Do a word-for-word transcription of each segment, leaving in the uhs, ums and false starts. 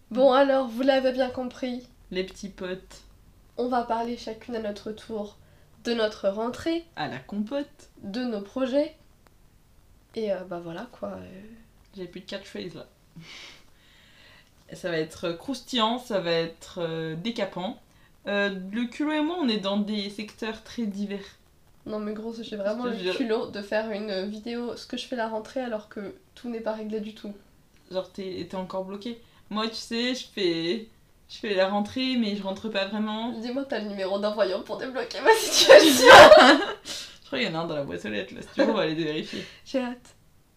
Bon alors, vous l'avez bien compris, Les petits potes on va parler chacune à notre tour de notre rentrée, à la compote. de nos projets. Et euh, bah voilà quoi. euh. J'ai plus de catchphrase là. Ça va être croustillant, ça va être euh, décapant. Euh, le culot et moi, on est dans des secteurs très divers. Non mais gros, j'ai vraiment Je le te jure. culot de faire une vidéo ce que je fais la rentrée alors que tout n'est pas réglé du tout. Genre, t'es t'es encore bloqué. Moi, tu sais, je fais, je fais la rentrée, mais je rentre pas vraiment. Dis-moi t'as le numéro d'un voyant pour débloquer ma situation. Je crois qu'il y en a un dans la boîte aux lettres là. Si tu veux, on va aller vérifier. J'ai hâte.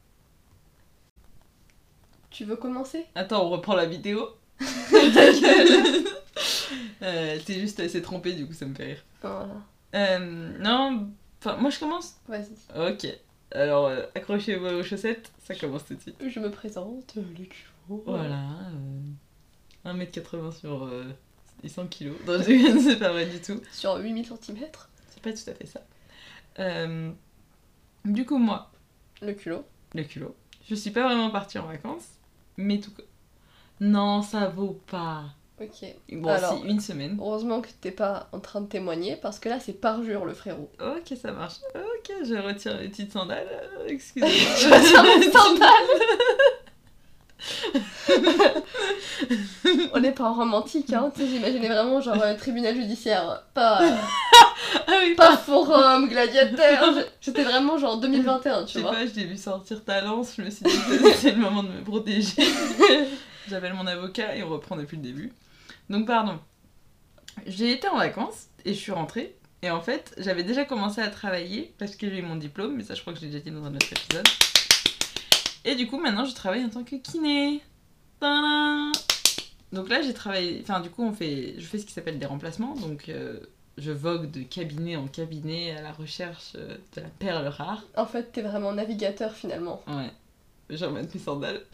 Tu veux commencer? Attends, on reprend la vidéo. euh, c'est juste, elle s'est trompée, du coup, ça me fait rire. Voilà. Euh, non, enfin, moi je commence. Vas-y. Ok. Alors, euh, accrochez-vous aux chaussettes, ça commence tout de suite. Je me présente, euh, le culot. Voilà. Euh, un mètre quatre-vingts sur euh, cent kilos. Non, je- c'est pas vrai du tout. Sur huit mille centimètres. C'est pas tout à fait ça. Euh, du coup, moi, Le culot. le culot, je suis pas vraiment partie en vacances, mais tout. Non, ça vaut pas. Ok. Bon, Alors, si, une semaine. heureusement que t'es pas en train de témoigner parce que là c'est parjure le frérot. Ok, ça marche. Ok, je retire les petites sandales. euh, Excusez-moi. Je retire mes sandales. On n'est pas en romantique, hein. Tu sais, j'imaginais vraiment genre euh, tribunal judiciaire, pas, euh, Ah oui, pas forum, gladiateur. Je- J'étais vraiment genre deux mille vingt et un, je tu sais vois. pas, je l'ai vu sortir ta lance, je me suis dit que c'est le moment de me protéger. J'appelle mon avocat et on reprend depuis le début. Donc pardon. J'ai été en vacances et je suis rentrée. Et en fait, j'avais déjà commencé à travailler parce que j'ai eu mon diplôme, mais ça je crois que je l'ai déjà dit dans un autre épisode. Et du coup, maintenant je travaille en tant que kiné. Tadam. Donc là, j'ai travaillé. Enfin, du coup, on fait... je fais ce qui s'appelle des remplacements. Donc, euh, je vogue de cabinet en cabinet à la recherche euh, de la perle rare. En fait, t'es vraiment navigateur finalement. Ouais. Je vais remettre mes sandales.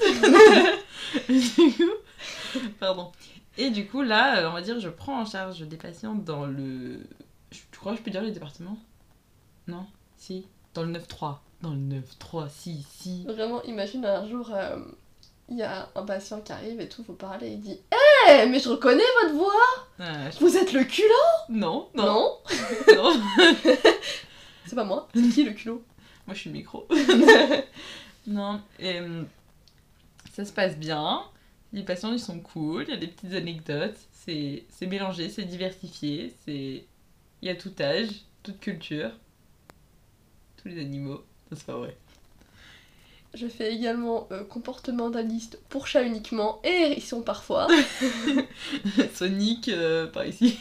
du coup... Pardon. Et du coup, là, euh, on va dire, je prends en charge des patients dans le... Je tu crois que je peux dire le département? Non? Si? Dans le neuf trois. Dans le neuf trois, si, si. Vraiment, imagine un jour, euh, il y a un patient qui arrive et tout, vous parlez, il dit hé, mais je reconnais votre voix. Ah, je- Vous êtes le culot? Non, non, Non, non. c'est pas moi. C'est qui le culot? Moi, je suis le micro. Non, et euh, ça se passe bien. Les patients, ils sont cool. Il y a des petites anecdotes. C'est c'est mélangé, c'est diversifié. C'est il y a tout âge, toute culture, tous les animaux. Ça, c'est pas vrai. Je fais également euh, comportementaliste pour chat uniquement et hérisson parfois. Sonic, euh, par ici.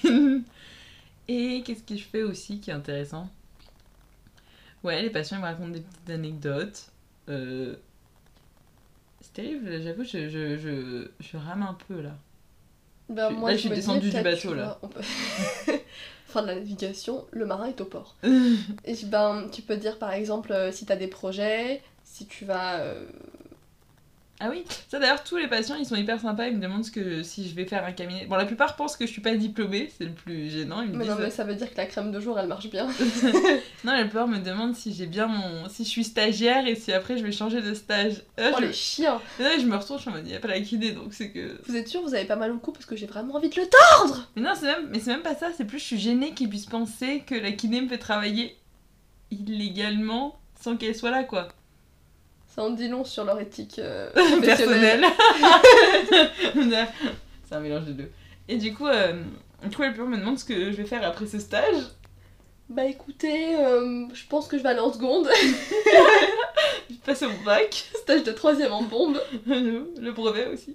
Et qu'est-ce que je fais aussi qui est intéressant? Ouais, les patients ils me racontent des petites anecdotes. Euh, C'est terrible, j'avoue, je, je, je, je rame un peu là. Ben, Je- moi, là, je suis me dis, descendue du peut-être, bateau, tu là. vois, on peut- Fin de la navigation, le marin est au port. Et je- ben, tu peux dire par exemple euh, si t'as des projets, si tu vas. euh, Ah oui, ça d'ailleurs, tous les patients ils sont hyper sympas, ils me demandent ce que, si je vais faire un cabinet. Bon, la plupart pensent que je suis pas diplômée, c'est le plus gênant, ils me Mais disent. non, mais ça veut dire que la crème de jour elle marche bien. Non, la plupart me demandent si j'ai bien mon. Si je suis stagiaire et si après je vais changer de stage. Là, Oh je... les chiens! Mais là, je me retourne, je suis en mode, y a pas la kiné donc c'est que. Vous êtes sûr, vous avez pas mal au cou parce que j'ai vraiment envie de le tordre! Mais non, c'est même, mais c'est même pas ça, c'est plus je suis gênée qu'ils puissent penser que la kiné me fait travailler illégalement sans qu'elle soit là quoi. Ça en dit long sur leur éthique euh, professionnelle. Personnel. C'est un mélange des deux. Et du coup, euh, du coup, la plupart me demandent ce que je vais faire après ce stage. Bah écoutez, euh, je pense que je vais aller en seconde. Je passe mon bac, Stage de troisième en bombe. le brevet aussi.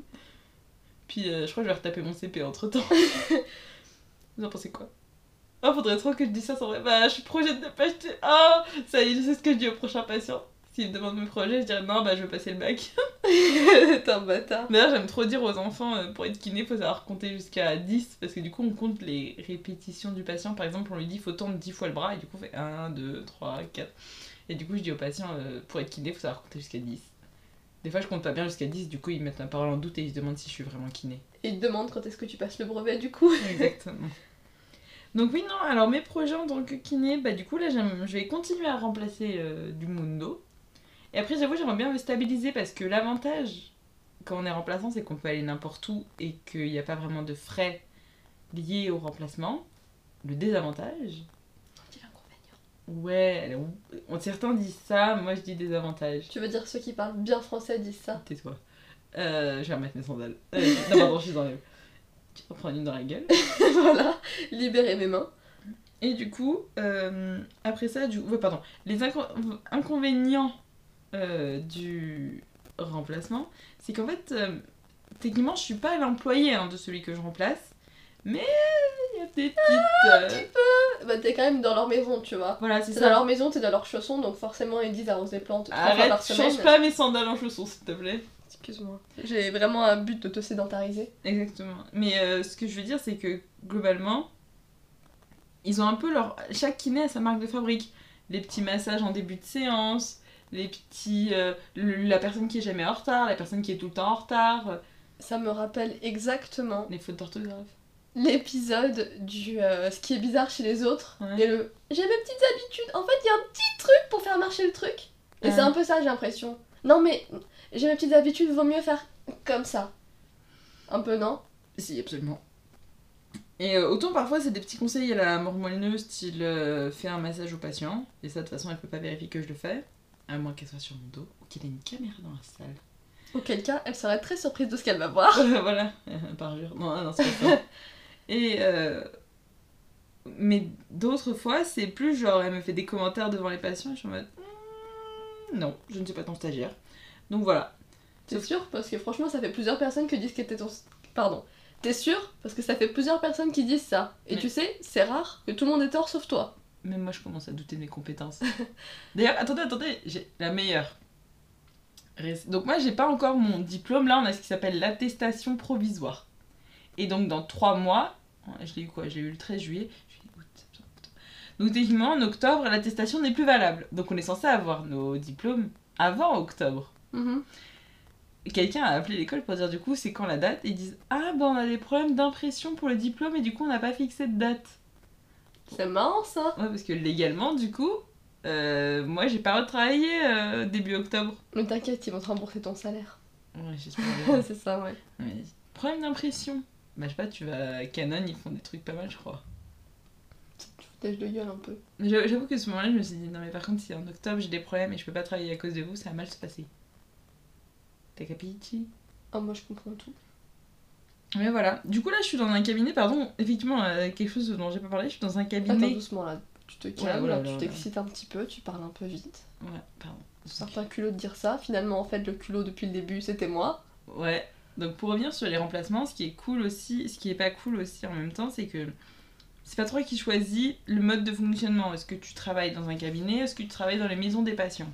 Puis euh, je crois que je vais retaper mon C P entre temps. Vous en pensez quoi? Oh, faudrait trop que je dise ça sans vrai. Bah, je suis projet de pas acheter. Ah, ça y est, je sais ce que je dis au prochain patient. S'il me demande mes projets, je dirais non, bah je vais passer le bac. T'es un bâtard. D'ailleurs, j'aime trop dire aux enfants, euh, pour être kiné, faut savoir compter jusqu'à dix, parce que du coup, on compte les répétitions du patient. Par exemple, on lui dit, faut tendre dix fois le bras, et du coup, on fait un, deux, trois, quatre. Et du coup, je dis aux patients, euh, pour être kiné, faut savoir compter jusqu'à dix. Des fois, je compte pas bien jusqu'à dix, du coup, ils mettent ma parole en doute et ils se demandent si je suis vraiment kiné. Et ils te demandent quand est-ce que tu passes le brevet du coup. Exactement. Donc oui, non, alors mes projets en tant que kiné, bah du coup, là, j'aime- je vais continuer à remplacer euh, du Mundo. Et après, j'avoue, j'aimerais bien me stabiliser, parce que l'avantage quand on est remplaçant, c'est qu'on peut aller n'importe où et qu'il n'y a pas vraiment de frais liés au remplacement. Le désavantage... On dit l'inconvénient. Ouais, on, certains disent ça, moi je dis désavantage. Tu veux dire ceux qui parlent bien français disent ça? Tais-toi. Euh, je vais remettre mes sandales. Euh, non, pardon, je suis dans le... Tu vas prendre une dans la gueule. Voilà, libérer mes mains. Et du coup, euh, après ça, du... ouais, pardon, les inco- inconvénients euh, du remplacement, c'est qu'en fait, euh, techniquement, je suis pas l'employé hein, de celui que je remplace, mais il y a des petites... Ah, euh, tu peux. Bah t'es quand même dans leur maison, tu vois. Voilà, c'est T'es ça. dans leur maison, t'es dans leurs chaussons, donc forcément ils disent arroser les plantes trois fois Arrête, par semaine. change pas mes sandales en chaussons, s'il te plaît. Excuse-moi. J'ai vraiment un but de te sédentariser. Exactement. Mais euh, ce que je veux dire, c'est que globalement, ils ont un peu leur... Chaque kiné a sa marque de fabrique. Les petits massages en début de séance, les petits... euh, le- la personne qui est jamais en retard, la personne qui est tout le temps en retard, euh, Ça me rappelle exactement les fautes d'orthographe. l'épisode du euh, ce qui est bizarre chez les autres. Ouais. Et le j'ai mes petites habitudes. En fait, il y a un petit truc pour faire marcher le truc. Et Ouais. c'est un peu ça, j'ai l'impression. Non, mais j'ai mes petites habitudes, vaut mieux faire comme ça. Un peu, non? Si, absolument. Et euh, autant parfois c'est des petits conseils à la mort moelleux, style euh, fais un massage au patient, et ça de toute façon elle peut pas vérifier que je le fais, à moins qu'elle soit sur mon dos, ou qu'il y ait une caméra dans la salle. Auquel cas, elle serait très surprise de ce qu'elle va voir. Voilà, euh, par jour. Non, non, c'est pas ça. Et euh... Mais d'autres fois, c'est plus genre, elle me fait des commentaires devant les patients, et je suis en mode Hmm, non, je ne suis pas ton stagiaire. Donc voilà. T'es sûr? Parce que franchement, ça fait plusieurs personnes qui disent que t'es ton... Pardon. T'es sûr? Parce que ça fait plusieurs personnes qui disent ça. Et Mais- tu sais, c'est rare que tout le monde ait tort sauf toi. Même moi, je commence à douter de mes compétences. D'ailleurs, attendez, attendez, j'ai la meilleure. Ré- Donc moi, j'ai pas encore mon diplôme. Là, on a ce qui s'appelle l'attestation provisoire. Et donc, dans trois mois, je l'ai eu quoi? Je l'ai eu le treize juillet. Juillet, août, septembre, octobre. Donc techniquement, en octobre, l'attestation n'est plus valable. Donc on est censé avoir nos diplômes avant octobre. Mhm. Et quelqu'un a appelé l'école pour dire du coup, c'est quand la date? Et ils disent, ah ben on a des problèmes d'impression pour le diplôme et du coup, on n'a pas fixé de date. C'est marrant ça. Ouais, parce que légalement, du coup, euh, moi, j'ai pas retravaillé euh, début octobre. Mais t'inquiète, ils vont te rembourser ton salaire. Ouais, j'espère bien. C'est ça, ouais. Ouais. Problème d'impression. Bah, je sais pas, tu vas à Canon, ils font des trucs pas mal, je crois. Foutage de gueule un peu. Mais j'avoue j'avoue que ce moment-là, je me suis dit, non, mais par contre, si en octobre j'ai des problèmes et je peux pas travailler à cause de vous, ça va mal se passer. T'as capito? Ah, moi je comprends tout. Mais voilà. Du coup, là, je suis dans un cabinet, pardon, effectivement, euh, quelque chose dont j'ai pas parlé, je suis dans un Attends cabinet. doucement là. Tu te Ouais, calmes, voilà, là, voilà, tu voilà. t'excites un petit peu, tu parles un peu vite. Ouais, pardon. Certains culot de dire ça. Finalement, en fait, le culot depuis le début, c'était moi. Ouais. Donc pour revenir sur les remplacements, ce qui est cool aussi, ce qui est pas cool aussi en même temps, c'est que c'est pas toi qui choisis le mode de fonctionnement. Est-ce que tu travailles dans un cabinet, est-ce que tu travailles dans les maisons des patients?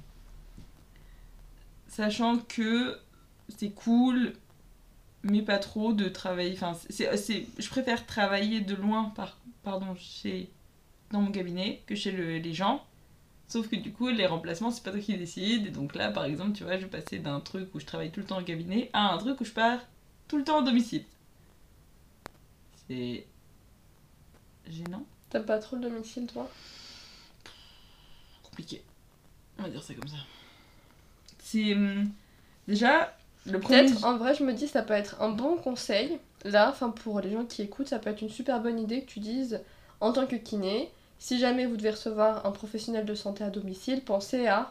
Sachant que c'est cool, mais pas trop de travailler. Enfin, c'est, c'est, je préfère travailler de loin, par, pardon, chez, dans mon cabinet que chez le, les gens. Sauf que du coup, les remplacements, c'est pas toi qui décides. Et donc là, par exemple, tu vois, je vais passer d'un truc où je travaille tout le temps au cabinet à un truc où je pars tout le temps au domicile. C'est gênant, T'aimes pas trop le domicile, toi? compliqué. On va dire ça comme ça. C'est hum, déjà le premier. Peut-être, en vrai, je me dis, ça peut être un bon conseil. Là, enfin, pour les gens qui écoutent, ça peut être une super bonne idée que tu dises, en tant que kiné, si jamais vous devez recevoir un professionnel de santé à domicile, pensez à...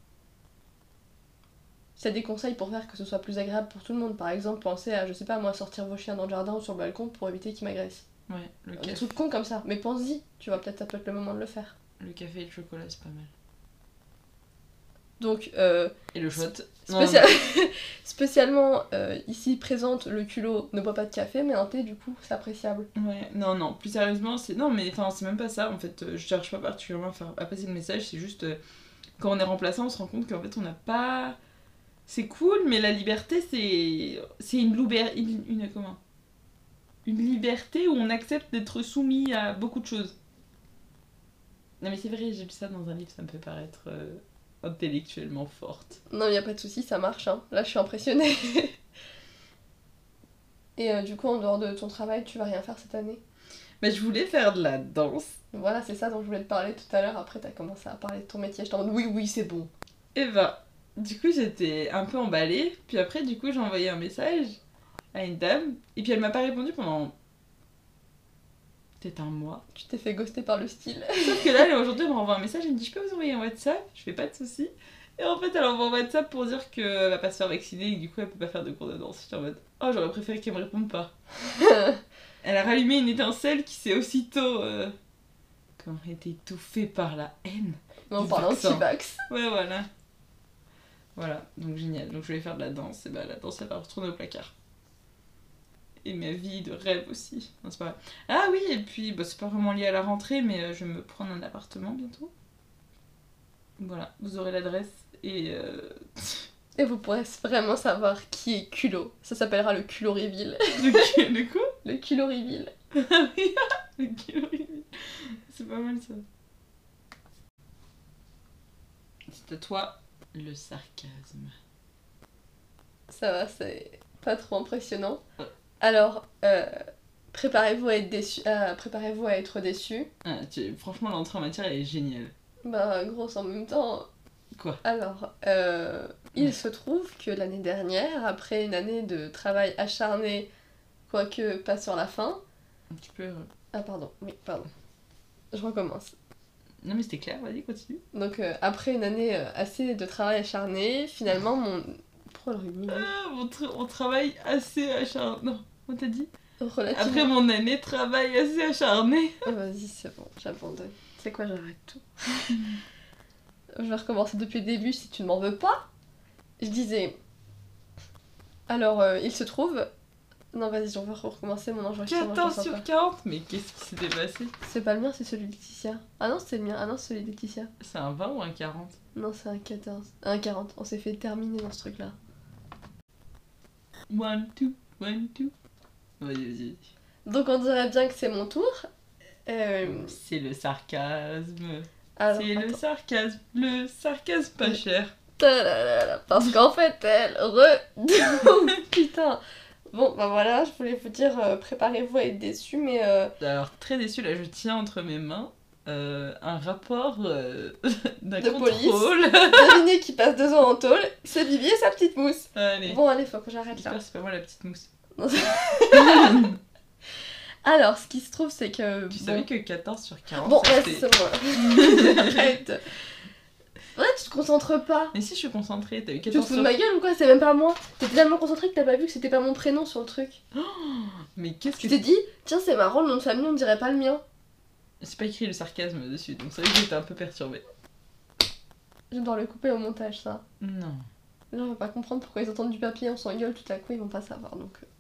C'est des conseils pour faire que ce soit plus agréable pour tout le monde. Par exemple, pensez à, je sais pas moi, sortir vos chiens dans le jardin ou sur le balcon pour éviter qu'ils m'agressent. Ouais, le Des café, trucs cons comme ça. Mais pense-y, tu vois, peut-être ça peut être le moment de le faire. le café et le chocolat, c'est pas mal. Donc, euh, Et le shot. Non, spécial- spécialement euh, ici présente, le culot ne boit pas de café, mais un thé, du coup, c'est appréciable. Ouais, non, non, plus sérieusement, c'est. Non, mais enfin, c'est même pas ça, en fait, euh, je cherche pas particulièrement à, faire... à passer le message, c'est juste. euh, Quand on est remplaçant, on se rend compte qu'en fait, on n'a pas. C'est cool, mais la liberté, c'est. C'est une louber... une, une. Comment Une liberté où on accepte d'être soumis à beaucoup de choses. Non, mais c'est vrai, j'ai lu ça dans un livre, ça me fait paraître euh, intellectuellement forte. Non, y a pas de souci, ça marche, hein. Là, je suis impressionnée. Et euh, du coup, en dehors de ton travail, tu vas rien faire cette année? Mais je voulais faire de la danse. Voilà, c'est ça dont je voulais te parler tout à l'heure. Après, t'as commencé à parler de ton métier. Je t'en mode oui, oui, c'est bon. Et bah, du coup, j'étais un peu emballée. Puis après, du coup, j'ai envoyé un message à une dame. Et puis elle m'a pas répondu pendant peut-être un mois. Tu t'es fait ghoster par le style. Sauf que là, aujourd'hui, elle me renvoie un message. Elle me dit, je peux vous envoyer un WhatsApp? Je fais pas de soucis. Et en fait, elle envoie un WhatsApp pour dire qu'elle va pas se faire vacciner et que du coup, elle peut pas faire de cours de danse. J'étais en mode, oh, j'aurais préféré qu'elle me réponde pas. Elle a rallumé une étincelle qui s'est aussitôt euh, comment, été étouffée par la haine. En Du parlant vaccin. anti-vax. Ouais, voilà. Voilà, donc génial. Donc je vais faire de la danse. Et bah, la danse, elle va retourner au placard. Et ma vie de rêve aussi. Non, c'est pas vrai. Ah oui, et puis, bah, c'est pas vraiment lié à la rentrée, mais euh, je vais me prendre un appartement bientôt. Voilà, vous aurez l'adresse et. Euh... Et vous pourrez vraiment savoir qui est culot. Ça s'appellera le culot reveal. Le, le quoi? Le culot reveal. Ah oui, le culot reveal. C'est pas mal ça. C'est à toi le sarcasme. Ça va, c'est pas trop impressionnant. Ouais. Alors, euh, préparez-vous à être déçu. Euh, préparez-vous à être déçu. Ah, tu... Franchement, l'entrée en matière, elle est géniale. Bah, grosse en même temps. Quoi? Alors, euh, il se trouve que l'année dernière, après une année de travail acharné, quoique pas sur la fin. Tu peux. Ah, pardon, oui, pardon. Je recommence. Non, mais c'était clair, vas-y, continue. Donc, euh, après une année euh, assez de travail acharné, finalement, mon. Pourquoi le ruminer? Ah, mon, tra- mon travail assez acharné. Non, on t'a dit? Relativement. Après mon année de travail assez acharné. Oh, vas-y, c'est bon, j'abandonne. C'est quoi, j'arrête tout. Je vais recommencer depuis le début si tu ne m'en veux pas. Je disais. Alors, euh, il se trouve. Non, vas-y, on va recommencer mon enregistrement. quatorze sur quarante. Mais qu'est-ce qui s'était passé? C'est pas le mien, c'est celui de Laetitia. Ah non, c'est le mien. Ah non, c'est celui de Laetitia. C'est un vingt ou un quarante? Non, c'est un quatorze. Un quarante. On s'est fait terminer dans ce truc-là. One, two, one, two. Vas-y, vas-y. Donc, on dirait bien que c'est mon tour. Euh, C'est le sarcasme. alors, C'est le attends. sarcasme. Le sarcasme pas Oui. cher. Tadadada, parce qu'en fait, elle re... Putain. Bon, bah voilà, je voulais vous dire, euh, préparez-vous à être déçus, mais... Euh... Alors, très déçu, là, je tiens entre mes mains euh, un rapport euh, d'un De contrôle. police. Devinez qui passe deux ans en tôle, c'est Bibi et sa petite mousse. Allez. Bon, allez, faut que j'arrête là. J'espère que c'est pas moi la petite mousse. Non, c'est- Alors, ce qui se trouve, c'est que... Tu bon... savais que quatorze sur quarante, Bon, c'était- vas-y, c'est bon. Arrête. Ouais, tu te concentres pas. Mais si je suis concentrée, t'as eu Tu te quatorze fous de sur... ma gueule ou quoi? C'est même pas moi. T'étais tellement concentré que t'as pas vu que c'était pas mon prénom sur le truc. Mais qu'est-ce Tu que t'es dit, tiens, c'est marrant, le nom de famille, on dirait pas le mien. c'est pas écrit le sarcasme dessus, donc c'est vrai que j'étais un peu perturbée. Je vais devoir le couper au montage, ça. Non. Les gens vont pas comprendre pourquoi ils entendent du papier, on s'engueule tout à coup, ils vont pas savoir donc. euh.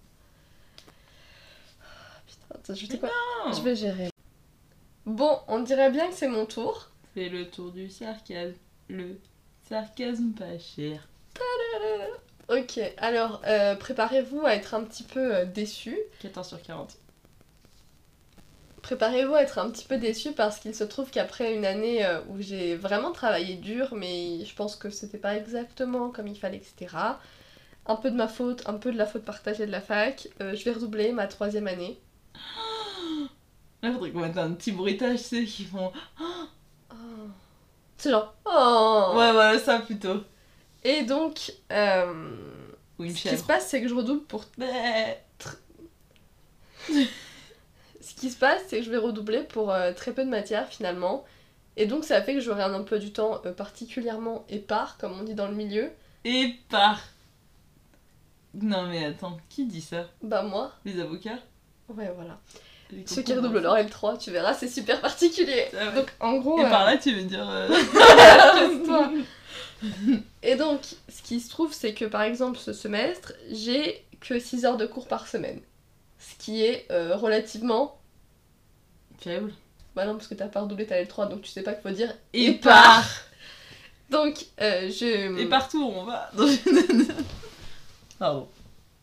Ah, putain, attends, je sais quoi. Non. Je vais gérer. Bon, on dirait bien que c'est mon tour. Fais le tour du sarcasme. Le sarcasme pas cher. Ok, alors euh, préparez-vous à être un petit peu euh, déçus. quatorze sur quarante. Préparez-vous à être un petit peu déçus parce qu'il se trouve qu'après une année euh, où j'ai vraiment travaillé dur, mais je pense que c'était pas exactement comme il fallait, et cetera. Un peu de ma faute, un peu de la faute partagée de la fac, euh, je vais redoubler ma troisième année. Là, faudrait qu'on mette un petit bruitage, tu sais, qui font... Oh. C'est genre... Oh. Ouais, voilà, ça plutôt. Et donc, euh, Ou une ce qui chèvre. se passe, c'est que je redouble pour... Ce qui se passe, c'est que je vais redoubler pour euh, très peu de matière finalement. Et donc ça fait que j'aurai un emploi du temps euh, particulièrement épars, comme on dit dans le milieu. Et par... Non mais attends, qui dit ça? Bah moi. Les avocats? Ouais, voilà. Les Ceux qui concours redoublent leur d'enfants. L trois, tu verras, c'est super particulier. Ah ouais. Donc en gros... Et euh, par là, tu veux dire... euh, Casse-toi. Et donc, ce qui se trouve, c'est que par exemple, ce semestre, j'ai que six heures de cours par semaine. Ce qui est euh, relativement... Faible. Bah non, parce que t'as pas redoublé ta L trois, donc tu sais pas qu'il faut dire Et épars. par... Donc, euh, je... Et partout où on va. Pardon.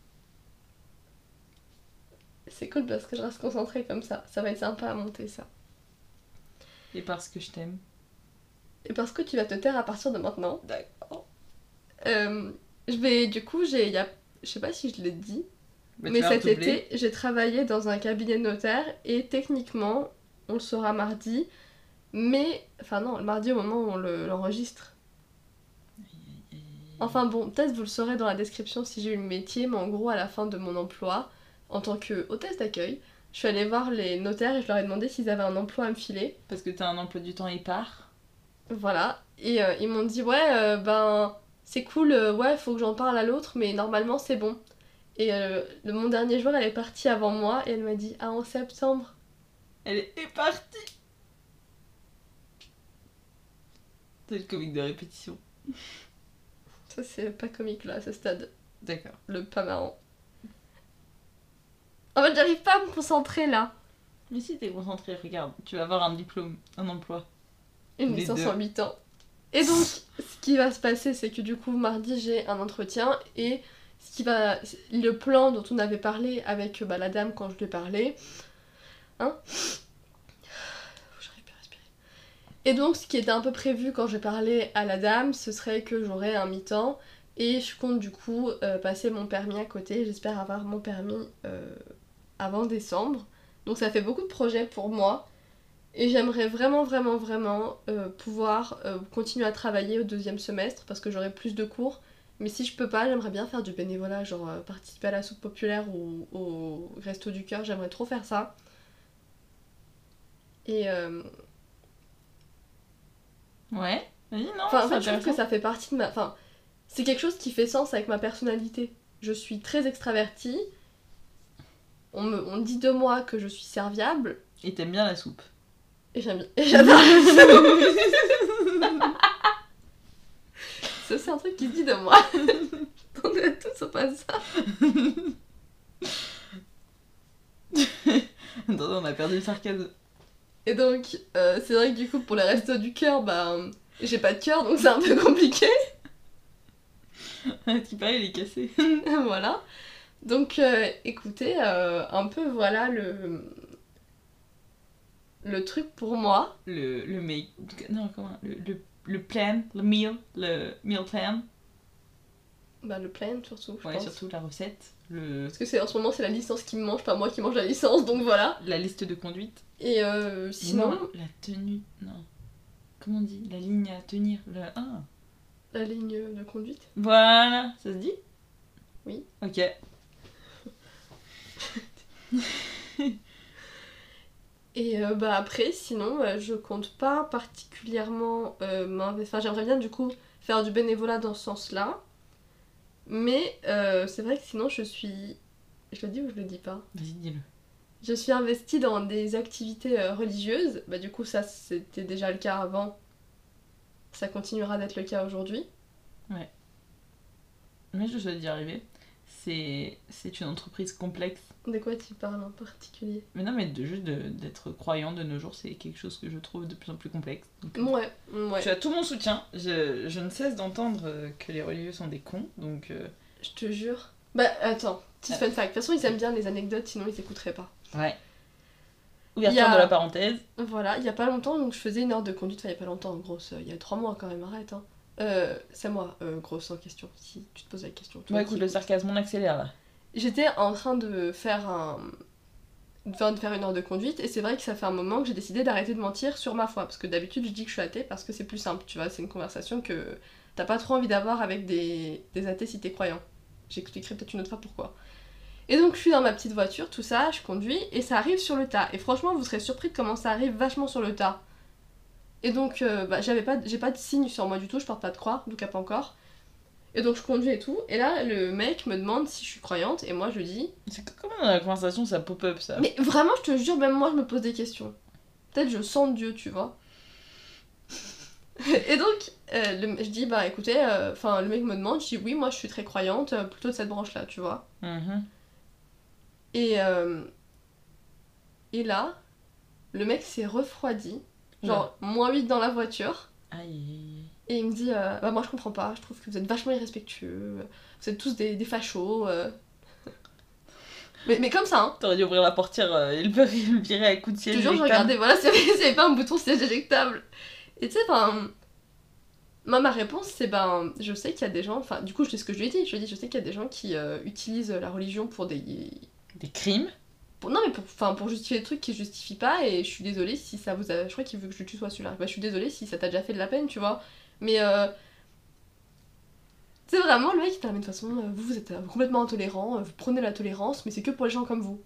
C'est cool parce que je reste concentrée comme ça. Ça va être sympa à monter, ça. Et parce que je t'aime. Et parce que tu vas te taire à partir de maintenant. D'accord. Euh, je vais... Du coup, j'ai... y a... Je sais pas si je l'ai dit, Bah, mais tu vas cet redoubler. été, j'ai travaillé dans un cabinet de notaire et techniquement, on le saura mardi, mais... Enfin non, le mardi au moment où on le- l'enregistre. Enfin bon, peut-être vous le saurez dans la description si j'ai eu le métier, mais en gros, à la fin de mon emploi, en tant que hôtesse d'accueil, je suis allée voir les notaires et je leur ai demandé s'ils avaient un emploi à me filer. Parce que t'as un emploi du temps épars. Voilà. Et euh, ils m'ont dit, ouais, euh, ben, c'est cool, euh, ouais, faut que j'en parle à l'autre, mais normalement, c'est bon. Et euh, le, mon dernier jour, elle est partie avant moi et elle m'a dit, ah, en septembre. Elle est partie. C'est le comique de répétition. Ça, c'est pas comique là, à ce stade. D'accord. Le pas marrant. En fait, j'arrive pas à me concentrer là. Mais si t'es concentré, regarde, tu vas avoir un diplôme, un emploi. Une Les licence deux. en huit ans. Et donc, ce qui va se passer, c'est que du coup, mardi, j'ai un entretien et ce qui va... le plan dont on avait parlé avec bah, la dame quand je lui ai parlé. Hein J'arrive plus à respirer. Et donc, ce qui était un peu prévu quand j'ai parlé à la dame, ce serait que j'aurais un mi-temps et je compte du coup euh, passer mon permis à côté. J'espère avoir mon permis euh, avant décembre. Donc, ça fait beaucoup de projets pour moi. Et j'aimerais vraiment, vraiment, vraiment euh, pouvoir euh, continuer à travailler au deuxième semestre parce que j'aurai plus de cours. Mais si je peux pas, j'aimerais bien faire du bénévolat, genre euh, participer à la soupe populaire ou au resto du cœur, j'aimerais trop faire ça. Et euh... Ouais. Vas-y, non, enfin, en c'est fait, je trouve intéressant. que ça fait partie de ma... Enfin, c'est quelque chose qui fait sens avec ma personnalité. Je suis très extravertie. On me on dit de moi que je suis serviable. Et t'aimes bien la soupe. Et j'aime bien. Et j'adore la soupe. C'est aussi un truc qui se dit de moi. On est tous sauf pas ça. Attends, on a perdu le sarcasme. Et donc, euh, c'est vrai que du coup, pour les restos du cœur, bah, j'ai pas de cœur, donc c'est un peu compliqué. Ce qui paraît, il est cassé. Voilà. Donc, euh, écoutez, euh, un peu voilà le... le truc pour moi. Le, le make... Non, comment le, le, le plan, le meal, le meal plan. Bah, le plan, surtout, je Ouais, pense. surtout la recette. Le... Parce que c'est, en ce moment, c'est la licence qui me mange, pas moi qui mange la licence, donc voilà. La liste de conduite. Et euh, sinon, Non, la tenue. Non. Comment on dit? La ligne à tenir. Le... Ah. la ligne de conduite. Voilà, ça se dit? Oui. Ok. Et euh, bah après, sinon, euh, je compte pas particulièrement euh, m'investir. Enfin, j'aimerais bien du coup faire du bénévolat dans ce sens-là. Mais euh, c'est vrai que sinon, je suis. Je le dis ou je le dis pas? Vas-y, dis-le. Je suis investie dans des activités euh, religieuses. Bah, du coup, ça c'était déjà le cas avant. Ça continuera d'être le cas aujourd'hui. Mais je souhaite d'y arriver. C'est... c'est une entreprise complexe. De quoi tu parles en particulier? Mais non, mais de, juste de- d'être croyant de nos jours, c'est quelque chose que je trouve de plus en plus complexe. Donc, euh, Ouais, ouais. tu as tout mon soutien. Je, je ne cesse d'entendre euh, que les religieux sont des cons, donc... euh, Je te jure. Bah, attends, petit Ah. fun fact. De toute façon, ils aiment bien les anecdotes, sinon ils écouteraient pas. Ouais. Ouverture Il y a- de la parenthèse. Voilà, il y a pas longtemps, donc je faisais une heure de conduite, enfin il y a pas longtemps, grosse, euh, il y a trois mois quand même, arrête hein. Euh, c'est moi, euh, grosse en question, si tu te poses la question. toi Bon, qui écoute, le écoutes. sarcasme, on accélère là. J'étais en train de faire un... enfin, de faire une heure de conduite, et c'est vrai que ça fait un moment que j'ai décidé d'arrêter de mentir sur ma foi, parce que d'habitude je dis que je suis athée parce que c'est plus simple, tu vois, c'est une conversation que t'as pas trop envie d'avoir avec des, des athées si t'es croyant. J'expliquerai peut-être une autre fois pourquoi. Et donc je suis dans ma petite voiture, tout ça, je conduis, et ça arrive sur le tas. Et franchement, vous serez surpris de comment ça arrive vachement sur le tas. Et donc, euh, bah, j'avais pas, j'ai pas de signe sur moi du tout, je porte pas de croix, en tout cas pas encore. Et donc je conduis et tout, et là le mec me demande si je suis croyante, et moi je dis... C'est que comment dans la conversation ça pop-up ça? Mais vraiment, je te jure, même moi je me pose des questions. Peut-être je sens Dieu, tu vois. Et donc, euh, le- je dis, bah écoutez, enfin le mec me demande, je dis oui, moi je suis très croyante, euh, plutôt de cette branche-là, tu vois. Mhm. Et, euh, et là, le mec s'est refroidi, genre moins huit dans la voiture, Aïe. et il me dit euh, bah moi je comprends pas, je trouve que vous êtes vachement irrespectueux, vous êtes tous des, des fachos. euh. mais, mais comme ça, hein. T'aurais dû ouvrir la portière euh, et le le virer à coups de Je ciel te jure, je éjectable. regardais, voilà, s'il y avait s'il y avait pas un bouton siège éjectable. Et tu sais, enfin. Moi, ma réponse, c'est ben, je sais qu'il y a des gens, enfin, du coup, je sais ce que je lui ai dit, je lui ai dit, je sais qu'il y a des gens qui euh, utilisent la religion pour des. Des crimes. Pour, non, mais pour, enfin, pour justifier des trucs qui se justifient pas, et je suis désolée si ça vous a. Je crois qu'il veut que je tutoie celui-là. Bah, je suis désolée si ça t'a déjà fait de la peine, tu vois. Mais. Euh... C'est vraiment le mec qui t'a mais de toute façon, euh, vous, vous êtes euh, complètement intolérant, euh, vous prenez la tolérance, mais c'est que pour les gens comme vous.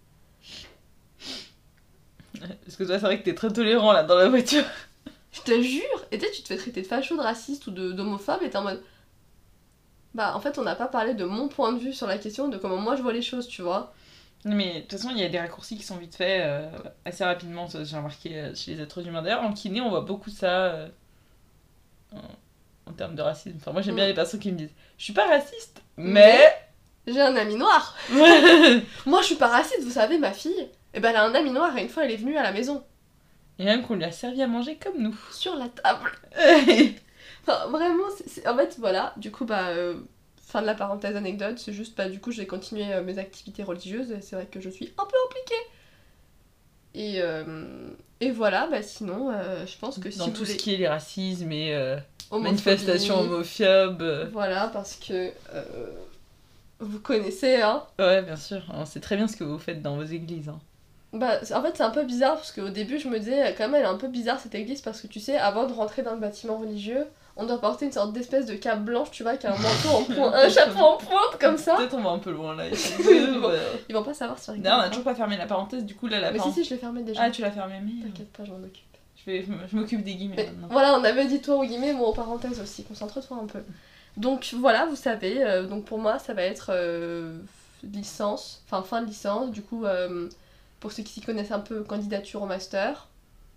Parce que toi, c'est vrai que t'es très tolérant là dans la voiture. Je te jure. Et tu sais, tu te fais traiter de facho, de raciste ou de- d'homophobe et t'es en mode. Bah, en fait, on n'a pas parlé de mon point de vue sur la question, de comment moi je vois les choses, tu vois. Non, mais de toute façon, il y a des raccourcis qui sont vite faits euh, assez rapidement, ça, j'ai remarqué euh, chez les êtres humains. D'ailleurs, en kiné, on voit beaucoup ça euh, en, en termes de racisme. Enfin, moi, j'aime bien Mm. les personnes qui me disent je suis pas raciste, mais. J'ai un ami noir. Moi, je suis pas raciste, vous savez, ma fille. Et ben, elle a un ami noir et une fois, elle est venue à la maison. Et même qu'on lui a servi à manger comme nous. Sur la table. Enfin, vraiment, c'est, c'est- en fait, voilà, du coup, bah, euh, fin de la parenthèse anecdote, c'est juste, bah, du coup, j'ai continué euh, mes activités religieuses, et c'est vrai que je suis un peu impliquée. Et, euh, et voilà, bah, sinon, euh, je pense que si Dans vous tout voulez... ce qui est les racismes et euh, homophobie, manifestations homophobes. euh. Voilà, parce que euh, vous connaissez, hein. Ouais, bien sûr, on sait très bien ce que vous faites dans vos églises. Hein. Bah, c'est- en fait, c'est un peu bizarre, parce qu'au début, je me disais, quand même, elle est un peu bizarre, cette église, parce que tu sais, avant de rentrer dans le bâtiment religieux, on doit porter une sorte d'espèce de cape blanche, tu vois, qui a un manteau en pointe, un chapeau en pointe, comme ça. Peut-être on va un peu loin là. Ils sont Oui, deux, bon. ouais. Ils vont pas savoir sur D'ailleurs, on a toujours pas fermé la parenthèse, du coup là la Mais si, parenthèse. si, je l'ai fermé déjà. Ah, tu l'as fermé, mais. T'inquiète pas, je m'en occupe. Je, vais, je m'occupe des guillemets Mais maintenant. voilà, on avait dit toi aux guillemets, moi aux parenthèses aussi, concentre-toi un peu. Donc voilà, vous savez, euh, donc pour moi ça va être euh, licence, enfin fin de licence, du coup euh, pour ceux qui s'y connaissent un peu, candidature au master,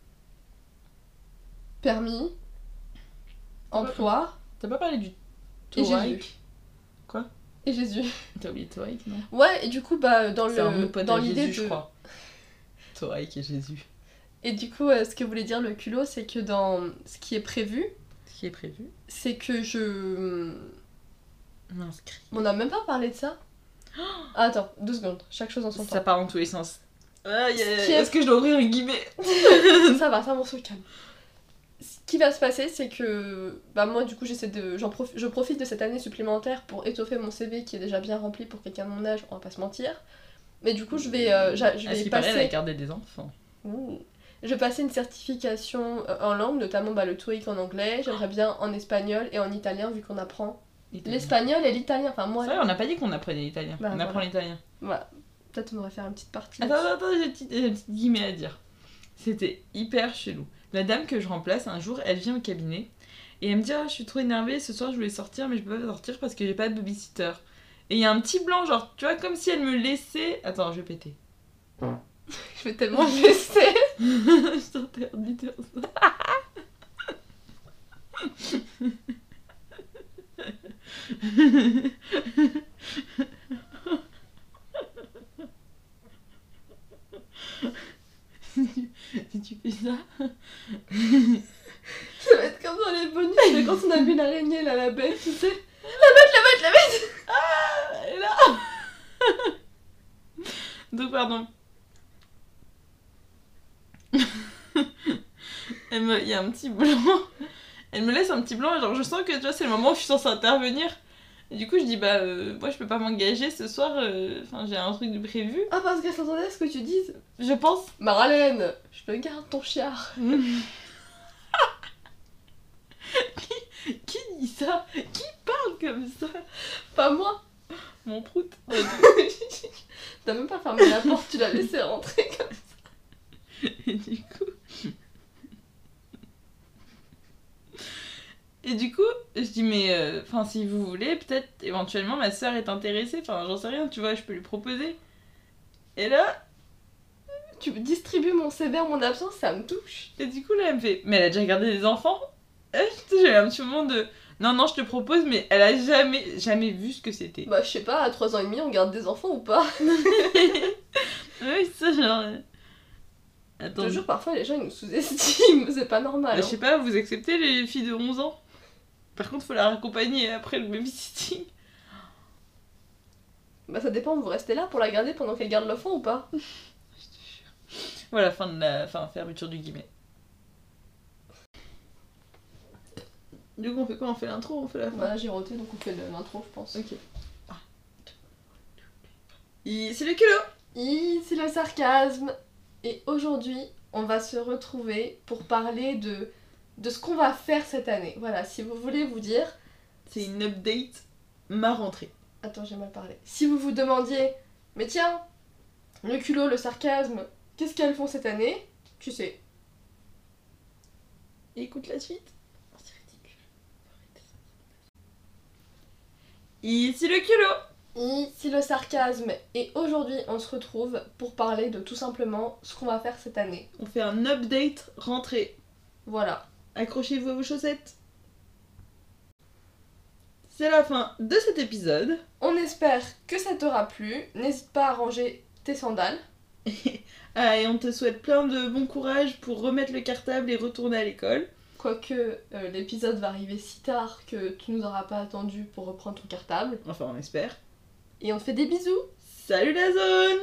permis, emploi T'as pas parlé du et TOEIC? Jésus. Et Jésus. T'as oublié TOEIC, non? Ouais, et du coup bah dans C'est un le mot pote dans à l'idée Jésus, de je crois. TOEIC et Jésus. et du coup euh, ce que voulait dire le culot, c'est que dans ce qui est prévu, Ce qui est prévu. c'est que je M'inscris. on n'a même pas parlé de ça. Ah, attends, deux secondes, chaque chose en son temps. Ça part dans tous les sens. Ah, y a- Ce qui est- Est-ce que je dois ouvrir un guillemet? Ça va, ça va, on se calme. Ce qui va se passer, c'est que bah moi du coup j'essaie de, j'en profi- je profite de cette année supplémentaire pour étoffer mon C V qui est déjà bien rempli pour quelqu'un de mon âge, on va pas se mentir. Mais du coup je vais, euh, j'a- je À ce vais qui paraît, elle a passer, gardé des enfants. Ouh. Je vais passer une certification euh, en langue, notamment bah, le TOEIC en anglais. J'aimerais bien en espagnol et en italien vu qu'on apprend Italien. l'espagnol et l'italien. Enfin moi, C'est vrai, on n'a pas dit qu'on apprenait l'italien. Bah, on voilà. apprend l'italien. voilà. Peut-être on devrait faire une petite partie. Attends, attends, attends, j'ai un petit, j'ai un petit guillemet à dire. C'était hyper chelou. La dame que je remplace, un jour, elle vient au cabinet et elle me dit ah, je suis trop énervée, ce soir je voulais sortir, mais je peux pas sortir parce que j'ai pas de babysitter. Et il y a un petit blanc, genre, tu vois, comme si elle me laissait. Attends, je vais péter. Je vais tellement le laisser. Je t'interdis de dire ça. Si tu fais ça. Ça va être comme dans les bonus, mais quand on a vu l'araignée là, la bête, tu sais. Ah, elle est là. Donc, pardon. Elle me... Il y a un petit blanc. Elle me laisse un petit blanc, et genre je sens que tu vois, c'est le moment où je suis censée intervenir. Et du coup, je dis bah, euh, moi je peux pas m'engager ce soir, euh, enfin j'ai un truc de prévu. Ah, parce qu'elle s'entendait à ce que tu dises. Je pense. Marlène, je te garde ton chiard. qui, qui dit ça? Qui parle comme ça? Pas moi. Mon prout. T'as même pas fermé la porte, tu l'as laissé rentrer comme ça. Et du coup. Et du coup, je dis, mais enfin, euh, si vous voulez, peut-être éventuellement ma soeur est intéressée, enfin, j'en sais rien, tu vois, je peux lui proposer. Et là, Tu distribues mon C V en mon absence, ça me touche. et du coup, là, elle me fait, mais elle a déjà gardé des enfants? Et j'ai eu un petit moment de, non, non, je te propose, mais elle a jamais, jamais vu ce que c'était. Bah, je sais pas, à trois ans et demi, on garde des enfants ou pas? Oui, ça, genre. euh, Je Attends. te jure, parfois les gens ils nous sous-estiment, c'est pas normal. Bah, je hein. sais pas, vous acceptez les filles de onze ans? Par contre, faut la raccompagner après le babysitting. Bah, ça dépend, vous restez là pour la garder pendant qu'elle garde l'enfant ou pas? Voilà, fin de la fin, fermeture du guillemet. Du coup, on fait quoi? On fait l'intro ou on fait la fin? Bah, j'ai roté donc on fait le- l'intro, je pense. Ok. Et c'est le culot. Hi, c'est le sarcasme. Et aujourd'hui, on va se retrouver pour parler de, de ce qu'on va faire cette année. Voilà, si vous voulez vous dire, C'est une update ma rentrée. Attends, j'ai mal parlé. Si vous vous demandiez, mais tiens, le culot, le sarcasme, qu'est-ce qu'elles font cette année? Tu sais. Écoute la suite. C'est ridicule. Ici le culot. Ici le sarcasme. Et aujourd'hui, on se retrouve pour parler de tout simplement ce qu'on va faire cette année. On fait un update rentrée. Voilà. Accrochez-vous à vos chaussettes. C'est la fin de cet épisode. On espère que ça t'aura plu. N'hésite pas à ranger tes sandales. Ah, et on te souhaite plein de bon courage pour remettre le cartable et retourner à l'école. Quoique euh, l'épisode va arriver si tard que tu nous auras pas attendu pour reprendre ton cartable. Enfin, on espère. Et on te fait des bisous. Salut la zone!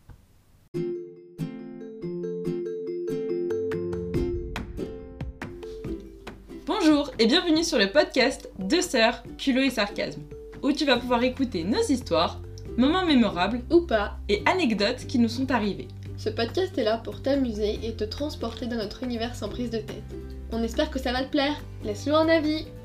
Bonjour et bienvenue sur le podcast Deux sœurs, culot et sarcasme, où tu vas pouvoir écouter nos histoires, moments mémorables Ou pas. et anecdotes qui nous sont arrivés. Ce podcast est là pour t'amuser et te transporter dans notre univers sans prise de tête. On espère que ça va te plaire. Laisse-nous un avis.